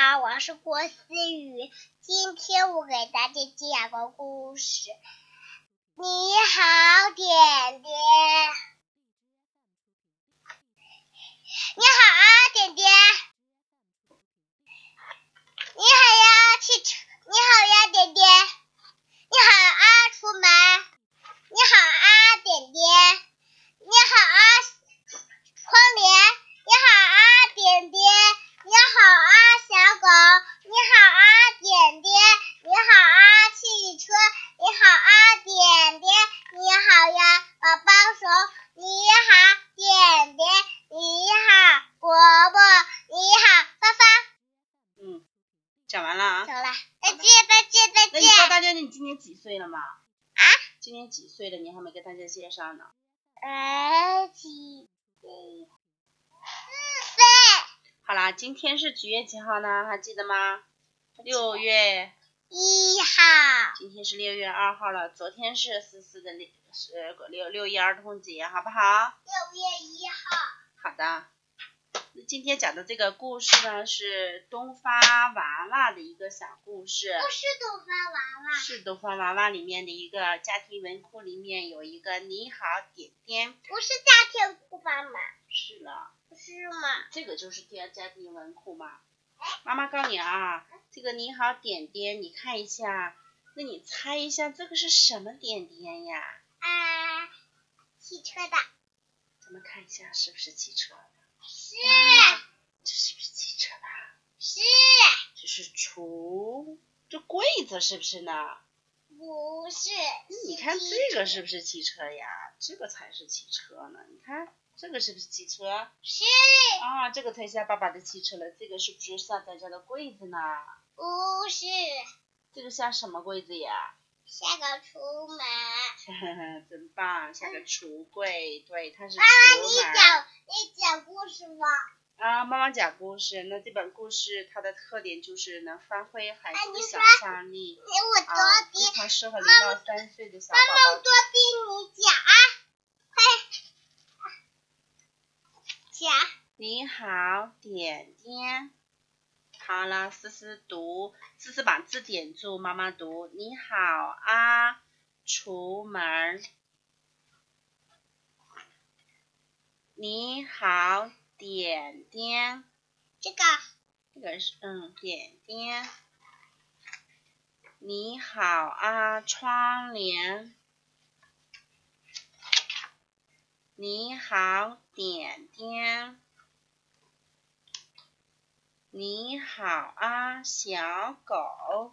好，我是郭思雨。今天我给大家讲个故事。你好，点点。你好啊，点点。你好呀，汽车。你好呀，点点。你好啊，出门。你好啊，点点。你好啊，窗帘。你好啊，点点。你好啊，小狗。你好啊，点点。你好啊，汽车。你好啊，点点。你好呀，宝宝熊。你好，点点。你好，伯伯。你好，芳芳。 讲完了啊。 讲了，再见，再见，再见。 那你告诉大家你今年几岁了吗？ 啊？ 今年几岁了？你还没给大家介绍呢。 几岁？4岁。 好啦，今天是几月几号呢？还记得吗？6月 1号。 今天是6月2号了，昨天是44的6一儿童节，好不好 ？6月1号。 好的。今天讲的这个故事呢，是东方娃娃的一个小故事。 不是东方娃娃。 是东方娃娃里面的一个家庭文库，里面有一个你好点点。 不是家庭库妈妈。 是了。 不是吗？ 这个就是家庭文库嘛。妈妈告诉你啊，这个你好点点，你看一下，那你猜一下这个是什么点点呀？ 汽车的。 咱们看一下是不是汽车？ 是。 这是不是汽车的？ 是。 这是橱，这柜子是不是呢？ 不是。 你看这个是不是汽车呀？这个才是汽车呢。你看这个是不是汽车？ 是。 啊，这个才像爸爸的汽车了。这个是不是像咱家的柜子呢？ 不是。 这个像什么柜子呀？ 像个橱门。 真棒，像个橱柜。对，它是橱门。 你讲故事吗？ 妈妈讲故事。那这本故事它的特点就是能发挥孩子的想象力。非常适合0到3岁的小宝宝。 妈妈多逼你讲啊，快讲。你好，点点。好了，思思读，思思把字点住，妈妈读。你好啊，出门。你好，点点。这个是点点。你好啊，窗帘。你好，点点。你好啊，小狗。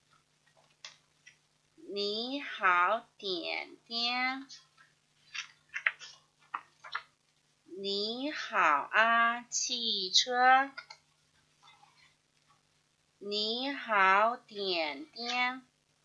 你好，点点。你好啊，汽车。你好，点点。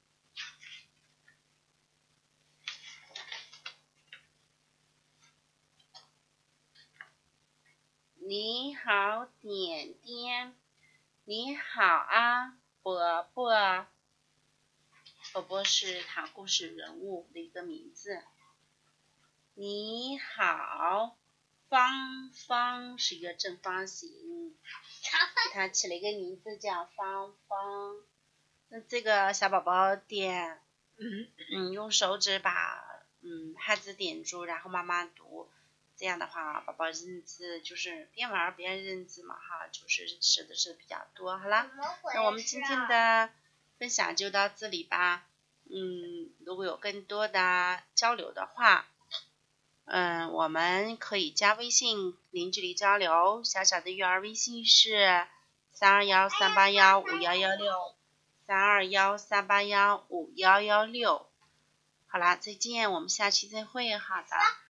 你好，点点。你好啊，伯伯。伯伯是谈故事人物的一个名字。你好，芳芳是一个正方形，给它起了一个名字叫芳芳。那这个小宝宝点，用手指把汉字点住，然后慢慢读。这样的话，宝宝认字就是边玩边认字嘛，就是识的是比较多。好啦，那我们今天的分享就到这里吧。如果有更多的交流的话，我们可以加微信零距离交流。小小的育儿微信是321-381-5116，321-381-5116。好啦，再见，我们下期再会。好的。